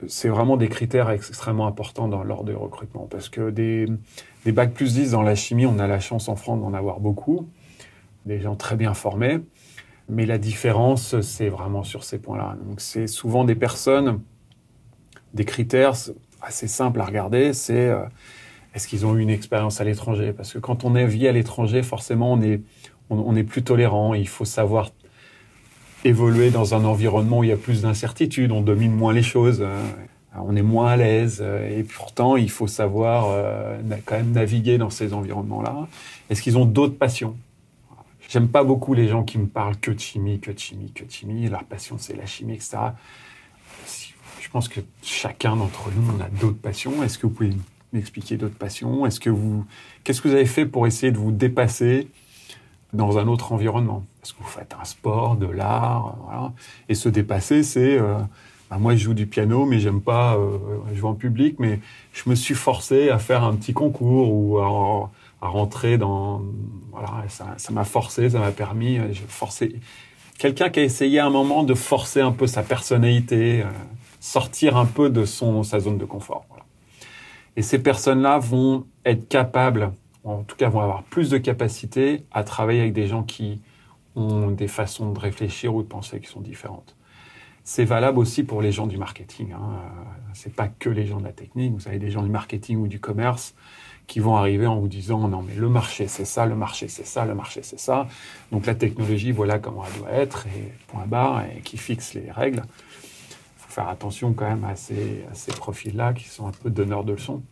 c'est vraiment des critères extrêmement importants lors du recrutement. Parce que des bac plus 10 dans la chimie, on a la chance en France d'en avoir beaucoup. Des gens très bien formés. Mais la différence, c'est vraiment sur ces points-là. Donc, c'est souvent des personnes, des critères assez simples à regarder, c'est est-ce qu'ils ont eu une expérience à l'étranger? Parce que quand on vit à l'étranger, forcément, on est plus tolérant. Il faut savoir évoluer dans un environnement où il y a plus d'incertitudes, on domine moins les choses, on est moins à l'aise. Et pourtant, il faut savoir quand même naviguer dans ces environnements-là. Est-ce qu'ils ont d'autres passions? J'aime pas beaucoup les gens qui me parlent que de chimie. Leur passion, c'est la chimie, etc. Je pense que chacun d'entre nous, on a d'autres passions. Est-ce que vous pouvez m'expliquer d'autres passions? Qu'est-ce que vous avez fait pour essayer de vous dépasser dans un autre environnement? Est-ce que vous faites un sport, de l'art, voilà. Et se dépasser, c'est... moi, je joue du piano, mais j'aime pas jouer en public, mais je me suis forcé à faire un petit concours ou à rentrer dans... Voilà, ça m'a forcé, ça m'a permis... Quelqu'un qui a essayé à un moment de forcer un peu sa personnalité, sortir un peu de sa zone de confort. Voilà. Et ces personnes-là vont être capables, en tout cas vont avoir plus de capacité à travailler avec des gens qui ont des façons de réfléchir ou de penser qui sont différentes. C'est valable aussi pour les gens du marketing. C'est pas que les gens de la technique. Vous avez des gens du marketing ou du commerce qui vont arriver en vous disant non mais le marché c'est ça, le marché c'est ça, le marché c'est ça. Donc la technologie voilà comment elle doit être et point barre et qui fixe les règles. Il faut faire attention quand même à ces profils-là qui sont un peu donneurs de leçons.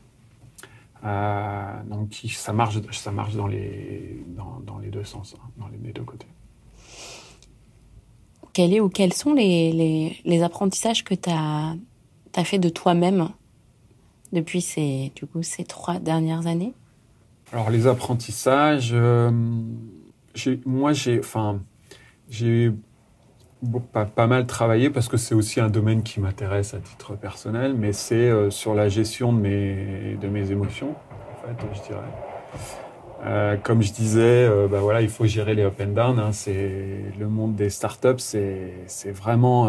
Donc ça marche dans les deux sens, dans les deux côtés. Quels sont les apprentissages que tu as fait de toi-même depuis ces 3 dernières années? Alors les apprentissages, j'ai pas mal travaillé parce que c'est aussi un domaine qui m'intéresse à titre personnel, mais c'est sur la gestion de mes émotions, en fait, je dirais. Comme je disais, il faut gérer les up and down. C'est le monde des startups, c'est vraiment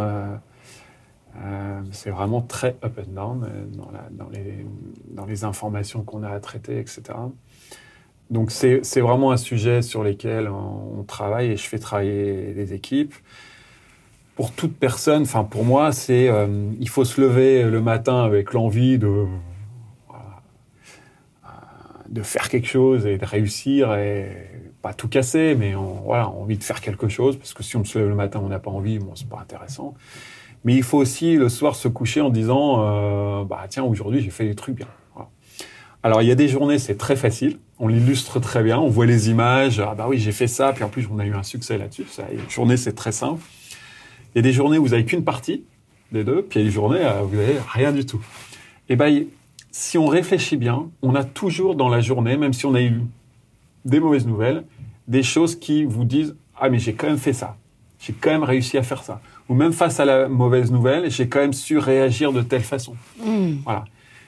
très up and down dans les informations qu'on a à traiter, etc. Donc c'est vraiment un sujet sur lequel on travaille et je fais travailler les équipes. Pour toute personne, pour moi, il faut se lever le matin avec l'envie de faire quelque chose et de réussir et pas tout casser, mais envie de faire quelque chose parce que si on se lève le matin, on n'a pas envie, c'est pas intéressant. Mais il faut aussi le soir se coucher en disant tiens, aujourd'hui j'ai fait des trucs bien. Voilà. Alors il y a des journées c'est très facile, on l'illustre très bien, on voit les images, oui j'ai fait ça, puis en plus on a eu un succès là-dessus. Une journée c'est très simple. Il y a des journées où vous avez qu'une partie des deux, puis il y a des journées où vous n'avez rien du tout. Et si on réfléchit bien, on a toujours dans la journée, même si on a eu des mauvaises nouvelles, des choses qui vous disent « Ah, mais j'ai quand même fait ça. J'ai quand même réussi à faire ça. » Ou même face à la mauvaise nouvelle, j'ai quand même su réagir de telle façon. Voilà.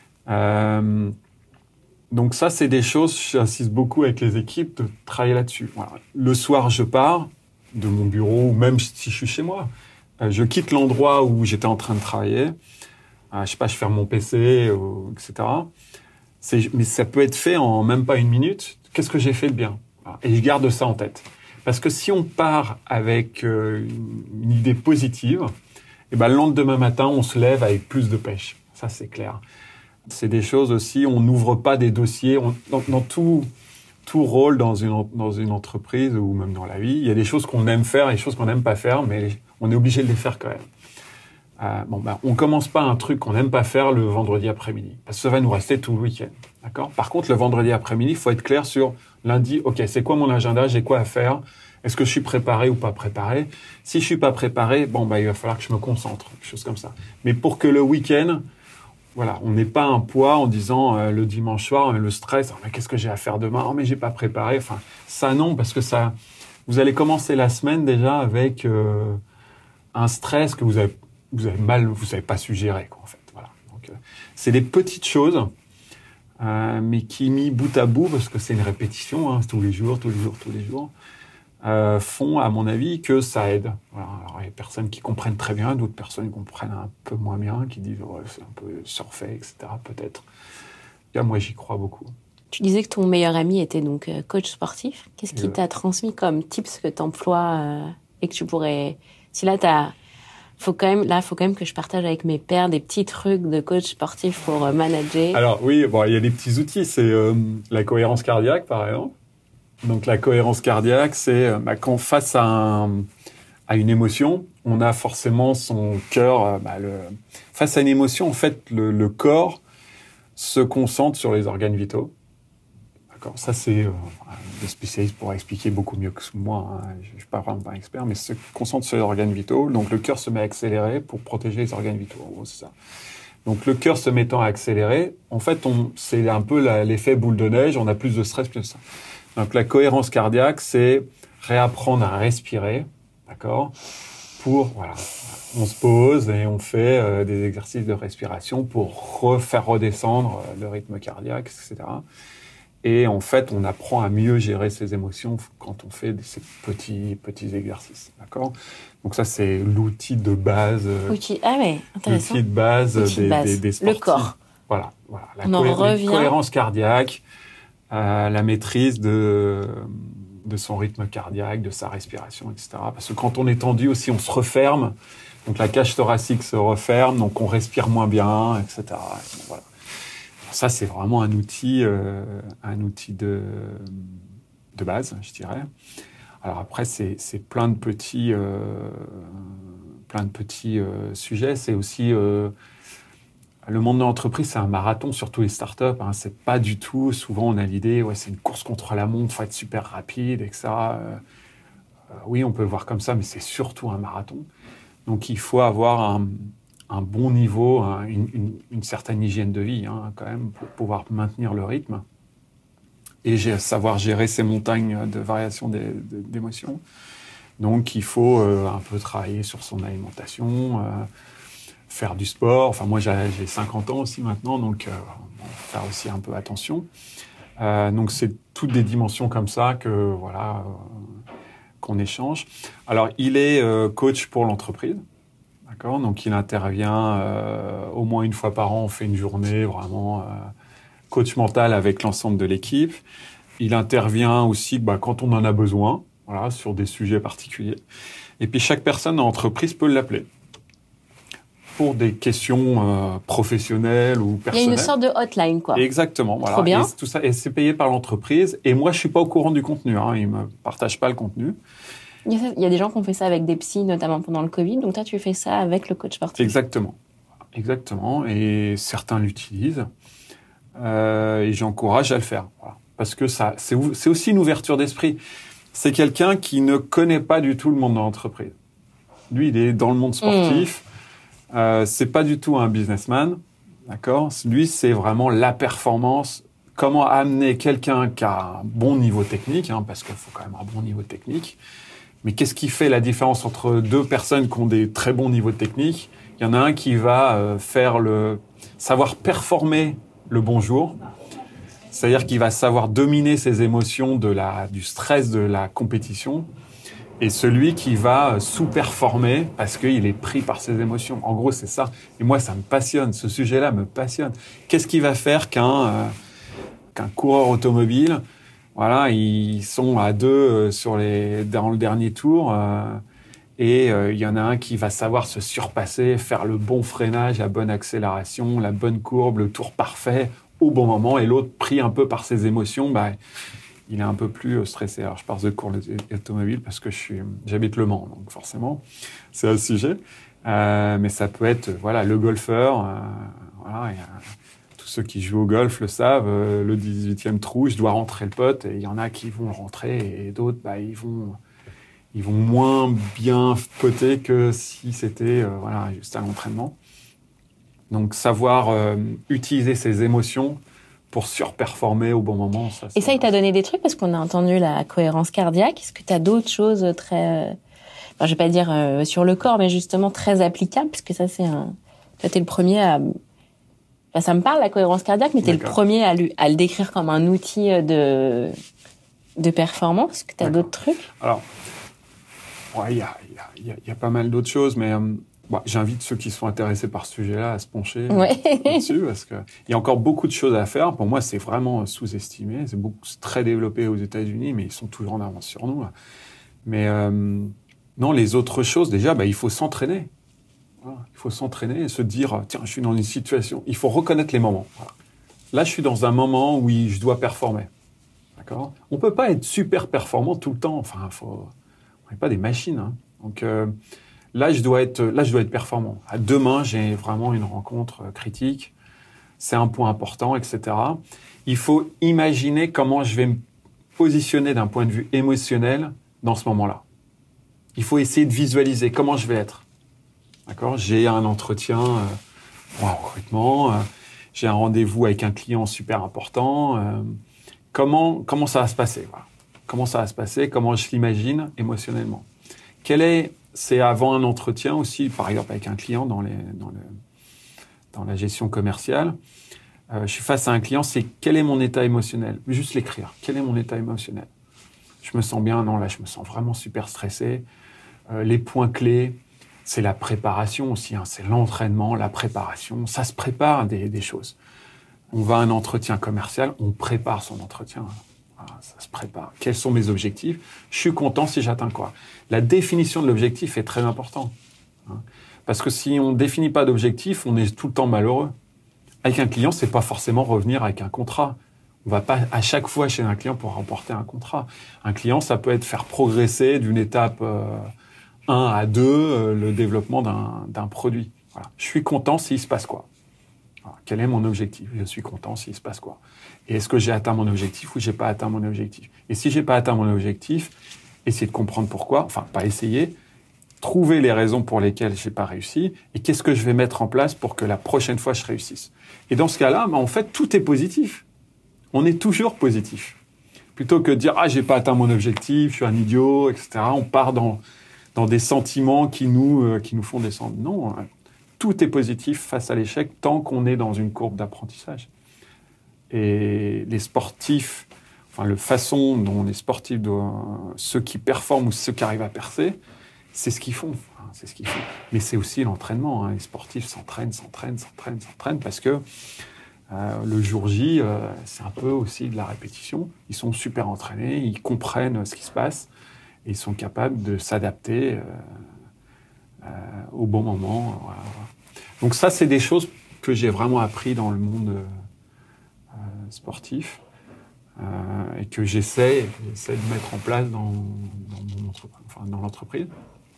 Donc ça, c'est des choses, j'insiste beaucoup avec les équipes, de travailler là-dessus. Voilà. Le soir, je pars de mon bureau, ou même si je suis chez moi. Je quitte l'endroit où j'étais en train de travailler. Je ferme mon PC, etc. Mais ça peut être fait en même pas une minute. Qu'est-ce que j'ai fait de bien? Et je garde ça en tête. Parce que si on part avec une idée positive, le lendemain matin, on se lève avec plus de pêche. Ça, c'est clair. C'est des choses aussi, on n'ouvre pas des dossiers. Dans tout rôle dans une entreprise ou même dans la vie, il y a des choses qu'on aime faire et des choses qu'on n'aime pas faire, mais on est obligé de les faire quand même. On commence pas un truc qu'on n'aime pas faire le vendredi après-midi, parce que ça va nous rester tout le week-end. D'accord ? Par contre, le vendredi après-midi, il faut être clair sur lundi, ok, c'est quoi mon agenda, j'ai quoi à faire, est-ce que je suis préparé ou pas préparé ? Si je suis pas préparé, il va falloir que je me concentre, des choses comme ça. Mais pour que le week-end, voilà, on n'ait pas un poids en disant le dimanche soir, le stress, mais qu'est-ce que j'ai à faire demain ? Mais j'ai pas préparé. Enfin, ça non, parce que ça, vous allez commencer la semaine déjà avec un stress que vous avez pas su gérer, quoi, en fait. Voilà. Donc, c'est des petites choses, mais qui mis bout à bout, parce que c'est une répétition, tous les jours, font, à mon avis, que ça aide. Voilà. Alors, il y a des personnes qui comprennent très bien, d'autres personnes qui comprennent un peu moins bien, qui disent c'est un peu surfait, etc. Peut-être. Et moi, j'y crois beaucoup. Tu disais que ton meilleur ami était donc coach sportif. Qu'est-ce qui t'a transmis comme tips que tu emploies et que tu pourrais... Si là, faut quand même que je partage avec mes pairs des petits trucs de coach sportif pour manager. Alors oui, il y a des petits outils. C'est la cohérence cardiaque, par exemple. Donc la cohérence cardiaque, c'est quand face à une émotion, on a forcément son cœur. Face à une émotion, en fait, le corps se concentre sur les organes vitaux. D'accord. Ça, c'est des spécialistes pourraient expliquer beaucoup mieux que moi. Hein. Je ne suis pas vraiment un expert, mais se concentre sur les organes vitaux. Donc le cœur se met à accélérer pour protéger les organes vitaux. En gros, c'est ça. Donc le cœur se mettant à accélérer, en fait, c'est un peu l'effet boule de neige. On a plus de stress, plus de ça. Donc la cohérence cardiaque, c'est réapprendre à respirer, d'accord ? On se pose et on fait des exercices de respiration pour faire redescendre le rythme cardiaque, etc. Et en fait, on apprend à mieux gérer ses émotions quand on fait ces petits exercices, d'accord ? Donc ça, c'est l'outil de base. Intéressant. L'outil de base des sportifs. Le corps. Voilà. On en revient. La cohérence cardiaque. La maîtrise de son rythme cardiaque, de sa respiration, etc. Parce que quand on est tendu aussi, on se referme. Donc la cage thoracique se referme, donc on respire moins bien, etc. Donc, voilà. Ça, c'est vraiment un outil de base, je dirais. Alors après, c'est plein de petits sujets. C'est aussi... le monde de l'entreprise, c'est un marathon, surtout les startups. Hein. C'est pas du tout. Souvent, on a l'idée, c'est une course contre la montre, faut être super rapide, etc. Oui, on peut le voir comme ça, mais c'est surtout un marathon. Donc, il faut avoir un bon niveau, une certaine hygiène de vie, quand même, pour pouvoir maintenir le rythme et savoir gérer ces montagnes de variations d'émotions. Donc, il faut un peu travailler sur son alimentation. Faire du sport. Enfin, moi, j'ai 50 ans aussi maintenant, donc faire aussi un peu attention. Donc, c'est toutes des dimensions comme ça qu'on échange. Alors, il est coach pour l'entreprise, d'accord ? Donc, il intervient au moins une fois par an. On fait une journée vraiment coach mental avec l'ensemble de l'équipe. Il intervient aussi quand on en a besoin, sur des sujets particuliers. Et puis, chaque personne dans l'entreprise peut l'appeler pour des questions professionnelles ou personnelles. Il y a une sorte de hotline, quoi. Exactement. Voilà. Trop bien. Et tout ça, et c'est payé par l'entreprise. Et moi, je suis pas au courant du contenu. Ils me partagent pas le contenu. Il y a des gens qui ont fait ça avec des psys, notamment pendant le Covid. Donc toi, tu fais ça avec le coach sportif. Exactement. Et certains l'utilisent. Et j'encourage à le faire. Voilà. Parce que ça, c'est aussi une ouverture d'esprit. C'est quelqu'un qui ne connaît pas du tout le monde de l'entreprise. Lui, il est dans le monde sportif. C'est pas du tout un businessman, d'accord ? Lui, c'est vraiment la performance. Comment amener quelqu'un qui a un bon niveau technique, parce qu'il faut quand même un bon niveau technique. Mais qu'est-ce qui fait la différence entre deux personnes qui ont des très bons niveaux techniques ? Il y en a un qui va savoir performer le bon jour. C'est-à-dire qu'il va savoir dominer ses émotions du stress de la compétition. Et celui qui va sous-performer parce qu'il est pris par ses émotions. En gros, c'est ça. Et moi, ça me passionne. Ce sujet-là me passionne. Qu'est-ce qui va faire qu'un coureur automobile, ils sont à deux dans le dernier tour et il y en a un qui va savoir se surpasser, faire le bon freinage, la bonne accélération, la bonne courbe, le tour parfait au bon moment, et l'autre, pris un peu par ses émotions, il est un peu plus stressé. Alors, je parle de course automobile parce que j'habite Le Mans, donc forcément, c'est un sujet. Mais ça peut être, le golfeur. Il y a tous ceux qui jouent au golf le savent. Le 18e trou, je dois rentrer le putt. Et il y en a qui vont rentrer et d'autres, ils vont moins bien putter que si c'était juste à l'entraînement. Donc, savoir utiliser ses émotions pour surperformer au bon moment. Et ça, il t'a donné des trucs parce qu'on a entendu la cohérence cardiaque. Est-ce que tu as d'autres choses très, je vais pas dire sur le corps, mais justement très applicables, parce que ça, toi, t'es le premier à... ça me parle, la cohérence cardiaque, mais t'es le premier à le décrire comme un outil de performance? Est-ce que tu as d'autres trucs? Alors, ouais, il y a pas mal d'autres choses, mais j'invite ceux qui sont intéressés par ce sujet-là à se pencher là-dessus, parce qu'il y a encore beaucoup de choses à faire. Pour moi, c'est vraiment sous-estimé. C'est très développé aux États-Unis, mais ils sont toujours en avance sur nous. Mais non, les autres choses, déjà, il faut s'entraîner. Voilà. Il faut s'entraîner et se dire, tiens, je suis dans une situation. Il faut reconnaître les moments. Voilà. Là, je suis dans un moment où je dois performer. D'accord ? On peut pas être super performant tout le temps. Enfin, on n'est pas des machines. Hein. Donc là, je dois être performant. Demain, j'ai vraiment une rencontre critique. C'est un point important, etc. Il faut imaginer comment je vais me positionner d'un point de vue émotionnel dans ce moment-là. Il faut essayer de visualiser comment je vais être. D'accord ? J'ai un entretien pour un recrutement. J'ai un rendez-vous avec un client super important. Comment ça va se passer ? Voilà. Comment ça va se passer ? Comment je l'imagine émotionnellement ? C'est avant un entretien aussi, par exemple avec un client dans la gestion commerciale. Je suis face à un client, quel est mon état émotionnel ? Juste l'écrire. Quel est mon état émotionnel ? Je me sens bien ? Non, là, je me sens vraiment super stressé. Les points clés, c'est la préparation aussi. C'est l'entraînement, la préparation. Ça se prépare des choses. On va à un entretien commercial, on prépare son entretien. Voilà, ça se prépare. Quels sont mes objectifs ? Je suis content si j'atteins quoi ? La définition de l'objectif est très importante. Parce que si on ne définit pas d'objectif, on est tout le temps malheureux. Avec un client, c'est pas forcément revenir avec un contrat. On va pas à chaque fois chez un client pour remporter un contrat. Un client, ça peut être faire progresser d'une étape 1 à 2 le développement d'un produit. Voilà. Je suis content s'il se passe quoi ? Alors, quel est mon objectif ? Je suis content s'il se passe quoi ? Et est-ce que j'ai atteint mon objectif ou j'ai pas atteint mon objectif ? Et si j'ai pas atteint mon objectif, essayer de comprendre pourquoi, enfin pas essayer, trouver les raisons pour lesquelles j'ai pas réussi et qu'est-ce que je vais mettre en place pour que la prochaine fois je réussisse. Et dans ce cas-là, en fait, tout est positif. On est toujours positif. Plutôt que de dire j'ai pas atteint mon objectif, je suis un idiot, etc. On part dans des sentiments qui nous font descendre. Non. Tout est positif face à l'échec tant qu'on est dans une courbe d'apprentissage. Et les sportifs, la façon dont les sportifs, ceux qui performent ou ceux qui arrivent à percer, c'est ce qu'ils font. C'est ce qu'ils font. Mais c'est aussi l'entraînement. Les sportifs s'entraînent parce que le jour J, c'est un peu aussi de la répétition. Ils sont super entraînés, ils comprennent ce qui se passe et ils sont capables de s'adapter au bon moment. Voilà. Donc ça, c'est des choses que j'ai vraiment appris dans le monde sportif et que j'essaie de mettre en place dans l'entreprise.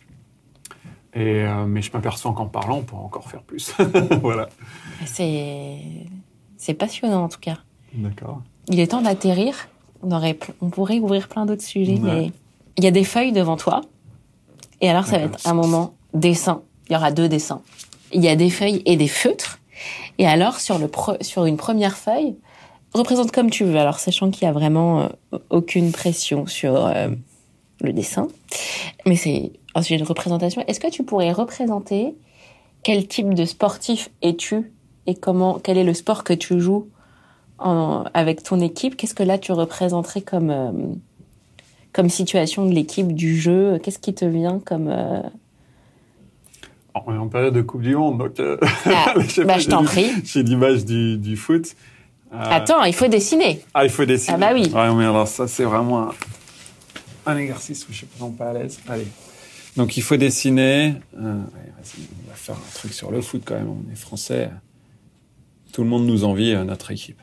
Mais je m'aperçois qu'en parlant, on pourra encore faire plus. Voilà. C'est passionnant en tout cas. D'accord. Il est temps d'atterrir. On pourrait ouvrir plein d'autres sujets, mais il y a des feuilles devant toi. Et alors, ça va être un moment dessin. Il y aura 2 dessins. Il y a des feuilles et des feutres. Et alors, sur une première feuille, représente comme tu veux. Alors, sachant qu'il y a vraiment aucune pression sur le dessin. Mais c'est un sujet de représentation. Est-ce que tu pourrais représenter quel type de sportif es-tu et quel est le sport que tu joues avec ton équipe ? Qu'est-ce que là, tu représenterais comme situation de l'équipe, du jeu ? Qu'est-ce qui te vient comme... On est en période de Coupe du Monde, donc... je t'en prie. J'ai l'image du foot. Attends, il faut dessiner. Il faut dessiner. Ah bah oui. Ouais, mais alors ça, c'est vraiment un exercice où je suis vraiment pas à l'aise. Allez. Donc, il faut dessiner. Allez, vas-y, on va faire un truc sur le foot quand même. On est français. Tout le monde nous envie, notre équipe.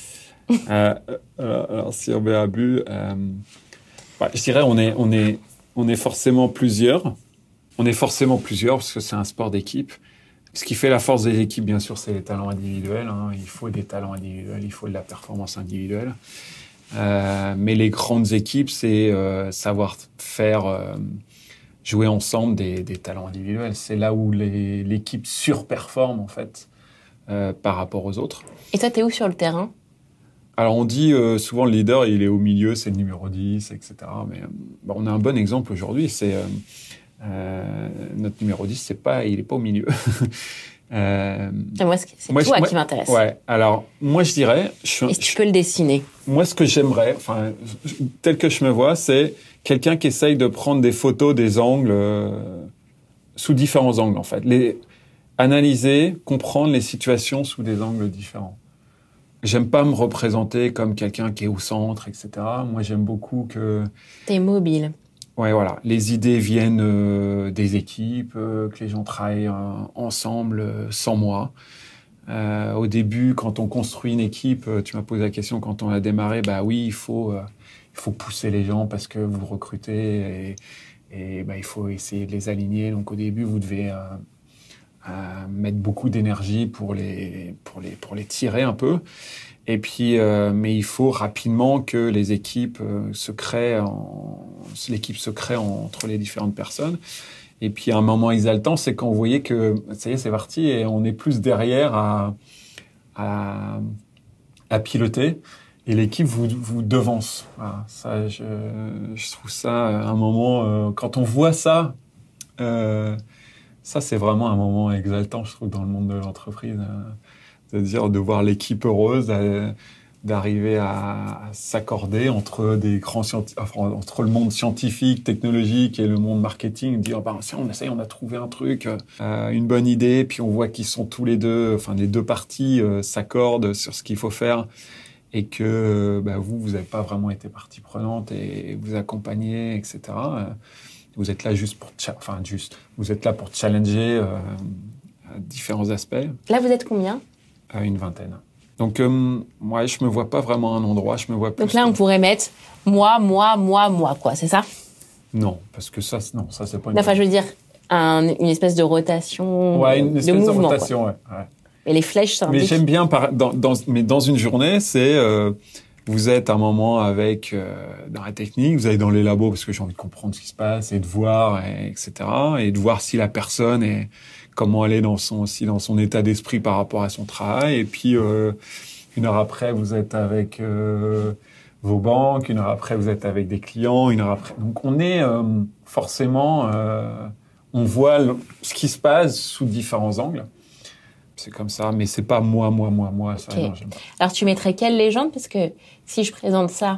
Alors, si on met un but... je dirais on est forcément plusieurs. On est forcément plusieurs parce que c'est un sport d'équipe. Ce qui fait la force des équipes, bien sûr, c'est les talents individuels. Il faut des talents individuels, il faut de la performance individuelle. Mais les grandes équipes, c'est savoir faire jouer ensemble des talents individuels. C'est là où l'équipe surperforme, en fait, par rapport aux autres. Et toi, t'es où sur le terrain ? Alors, on dit souvent le leader, il est au milieu, c'est le numéro 10, etc. Mais on a un bon exemple aujourd'hui, c'est... notre numéro 10, il est pas au milieu. Moi, c'est toi qui m'intéresse. Ouais. Alors, moi, je dirais... Et tu peux le dessiner. Moi, ce que j'aimerais, tel que je me vois, c'est quelqu'un qui essaye de prendre des photos, des angles, sous différents angles, en fait. Analyser, comprendre les situations sous des angles différents. J'aime pas me représenter comme quelqu'un qui est au centre, etc. Moi, j'aime beaucoup que... T'es mobile. Ouais, voilà. Les idées viennent des équipes, que les gens travaillent ensemble sans moi. Au début, quand on construit une équipe, tu m'as posé la question quand on a démarré, bah oui, il faut pousser les gens parce que vous recrutez et il faut essayer de les aligner. Donc au début, vous devez mettre beaucoup d'énergie pour les tirer un peu. Et puis, mais il faut rapidement que les équipes l'équipe se crée entre les différentes personnes. Et puis, un moment exaltant, c'est quand vous voyez que ça y est, c'est parti et on est plus derrière à piloter et l'équipe vous devance. Voilà, ça, je trouve ça un moment quand on voit ça. Ça, c'est vraiment un moment exaltant, je trouve, dans le monde de l'entreprise. C'est-à-dire de voir l'équipe heureuse, d'arriver à s'accorder entre entre le monde scientifique, technologique et le monde marketing, dire si on essaye, on a trouvé un truc, une bonne idée, puis on voit qu'ils sont tous les deux, les deux parties s'accordent sur ce qu'il faut faire et que vous n'avez pas vraiment été partie prenante et vous accompagnez, etc. Vous êtes là vous êtes là pour challenger différents aspects. Là, vous êtes combien ? Une vingtaine. Donc, moi, je me vois pas vraiment à un endroit, je me vois plus... Donc là, on pourrait mettre moi, quoi, c'est ça ? Non, parce que ça, c'est pas... Enfin, je veux dire, une espèce de rotation, une espèce de mouvement, de rotation, quoi. Ouais. Et les flèches, ça indique... Mais j'aime bien, mais dans une journée, c'est... vous êtes un moment avec dans la technique, vous allez dans les labos parce que j'ai envie de comprendre ce qui se passe et de voir, etc. Et de voir si la personne est... comment elle est dans son état d'esprit par rapport à son travail. Et puis, une heure après, vous êtes avec vos banques. Une heure après, vous êtes avec des clients. Une heure après... Donc, on est forcément... on voit ce qui se passe sous différents angles. C'est comme ça, mais c'est pas moi. Ça, okay. Non, j'aime pas. Alors, tu mettrais quelle légende ? Parce que si je présente ça,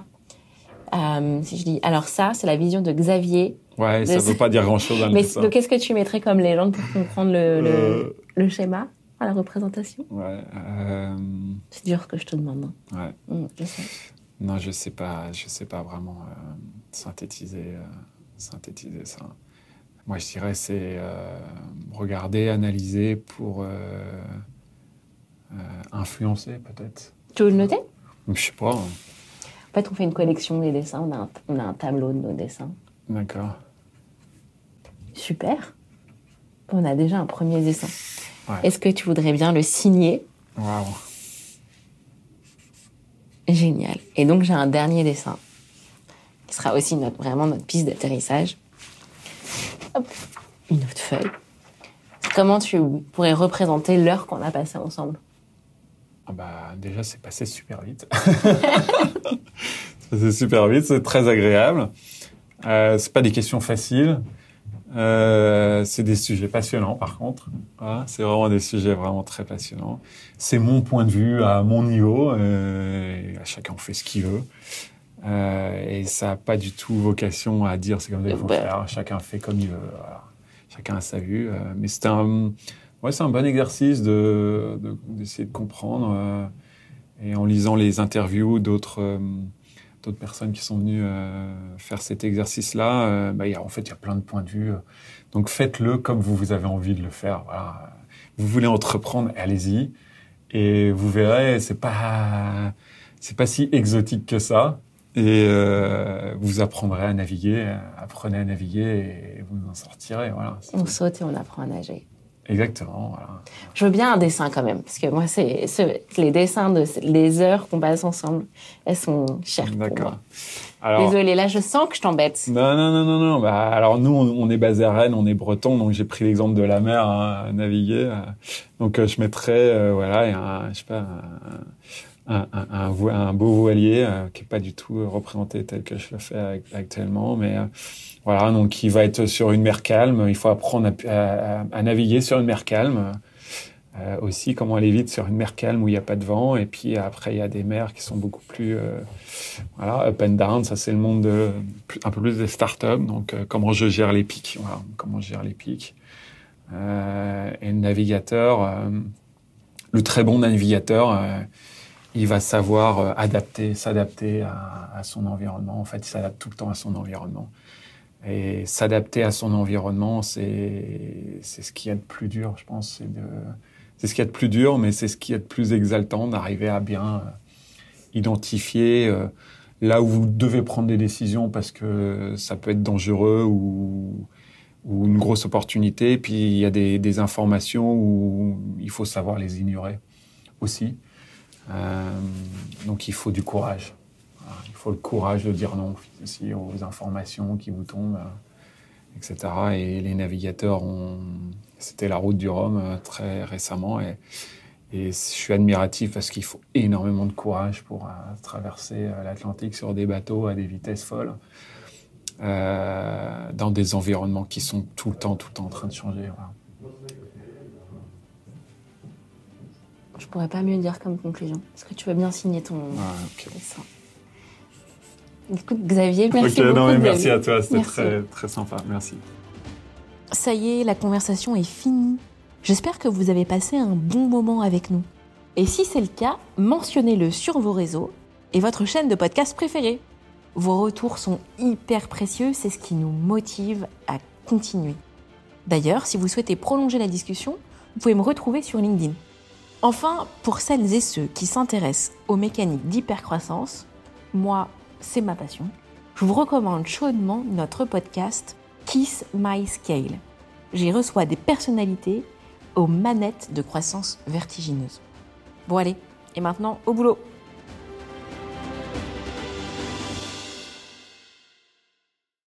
si je dis... Alors ça, c'est la vision de Xavier... Ouais, ça veut pas dire grand-chose dans mais ça. Donc, qu'est-ce que tu mettrais comme légende pour comprendre le schéma, la représentation ? Ouais. C'est dur ce que je te demande. Ouais. Je sais. Non, je sais pas vraiment synthétiser ça. Moi, je dirais c'est regarder, analyser pour influencer peut-être. Tu veux le noter ? Je sais pas. En fait, on fait une collection des dessins. On a un tableau de nos dessins. D'accord. Super. On a déjà un premier dessin. Ouais. Est-ce que tu voudrais bien le signer ? Waouh. Génial. Et donc, j'ai un dernier dessin qui sera aussi vraiment notre piste d'atterrissage. Hop, une autre feuille. Comment tu pourrais représenter l'heure qu'on a passée ensemble ? Déjà, c'est passé super vite. C'est très agréable. C'est pas des questions faciles. C'est des sujets passionnants, par contre. Voilà, c'est vraiment des sujets vraiment très passionnants. C'est mon point de vue à mon niveau. Chacun fait ce qu'il veut. Et ça n'a pas du tout vocation à dire c'est comme ça qu'il faut faire. Chacun fait comme il veut. Voilà. Chacun a sa vue. Mais c'est un bon exercice d'essayer de comprendre. Et en lisant les interviews d'autres personnes qui sont venues faire cet exercice-là, il y a plein de points de vue. Donc faites-le comme vous avez envie de le faire. Voilà. Vous voulez entreprendre, allez-y. Et vous verrez, c'est pas si exotique que ça. Et vous apprendrez à naviguer. Apprenez à naviguer et vous en sortirez. Voilà. On saute et on apprend à nager. Exactement, voilà. Je veux bien un dessin quand même, parce que moi, les dessins les heures qu'on passe ensemble, elles sont chères pour moi. Alors, désolée, là, je sens que je t'embête. Non. Alors, nous, on est basé à Rennes, on est breton, donc j'ai pris l'exemple de la mer à naviguer. Donc, je mettrais, un beau voilier qui est pas du tout représenté tel que je le fais actuellement, mais voilà, donc il va être sur une mer calme. Il faut apprendre à naviguer sur une mer calme. Aussi, comment aller vite sur une mer calme où il n'y a pas de vent. Et puis après, il y a des mers qui sont beaucoup plus up and down. Ça, c'est le monde un peu plus des startups. Donc, comment je gère les pics. Voilà, comment je gère les pics. Et le navigateur, le très bon navigateur, il va savoir s'adapter à son environnement. En fait, il s'adapte tout le temps à son environnement. Et s'adapter à son environnement, c'est ce qu'il y a de plus dur, je pense. C'est ce qu'il y a de plus dur, mais c'est ce qu'il y a de plus exaltant, d'arriver à bien identifier là où vous devez prendre des décisions parce que ça peut être dangereux ou une grosse opportunité. Puis il y a des informations où il faut savoir les ignorer aussi. Donc il faut du courage. Voilà, il faut le courage de dire non aussi aux informations qui vous tombent, etc. Et les navigateurs c'était la route du Rhum très récemment. Et je suis admiratif parce qu'il faut énormément de courage pour traverser l'Atlantique sur des bateaux à des vitesses folles, dans des environnements qui sont tout le temps en train de changer. Voilà. Je pourrais pas mieux dire comme conclusion. Est-ce que tu veux bien signer ton dessin? Écoute, Xavier, merci beaucoup. Non, mais merci à toi, c'était très, très sympa. Merci. Ça y est, la conversation est finie. J'espère que vous avez passé un bon moment avec nous. Et si c'est le cas, mentionnez-le sur vos réseaux et votre chaîne de podcast préférée. Vos retours sont hyper précieux, c'est ce qui nous motive à continuer. D'ailleurs, si vous souhaitez prolonger la discussion, vous pouvez me retrouver sur LinkedIn. Enfin, pour celles et ceux qui s'intéressent aux mécaniques d'hypercroissance, moi, c'est ma passion, je vous recommande chaudement notre podcast Kiss My Scale. J'y reçois des personnalités aux manettes de croissance vertigineuse. Bon allez, et maintenant au boulot!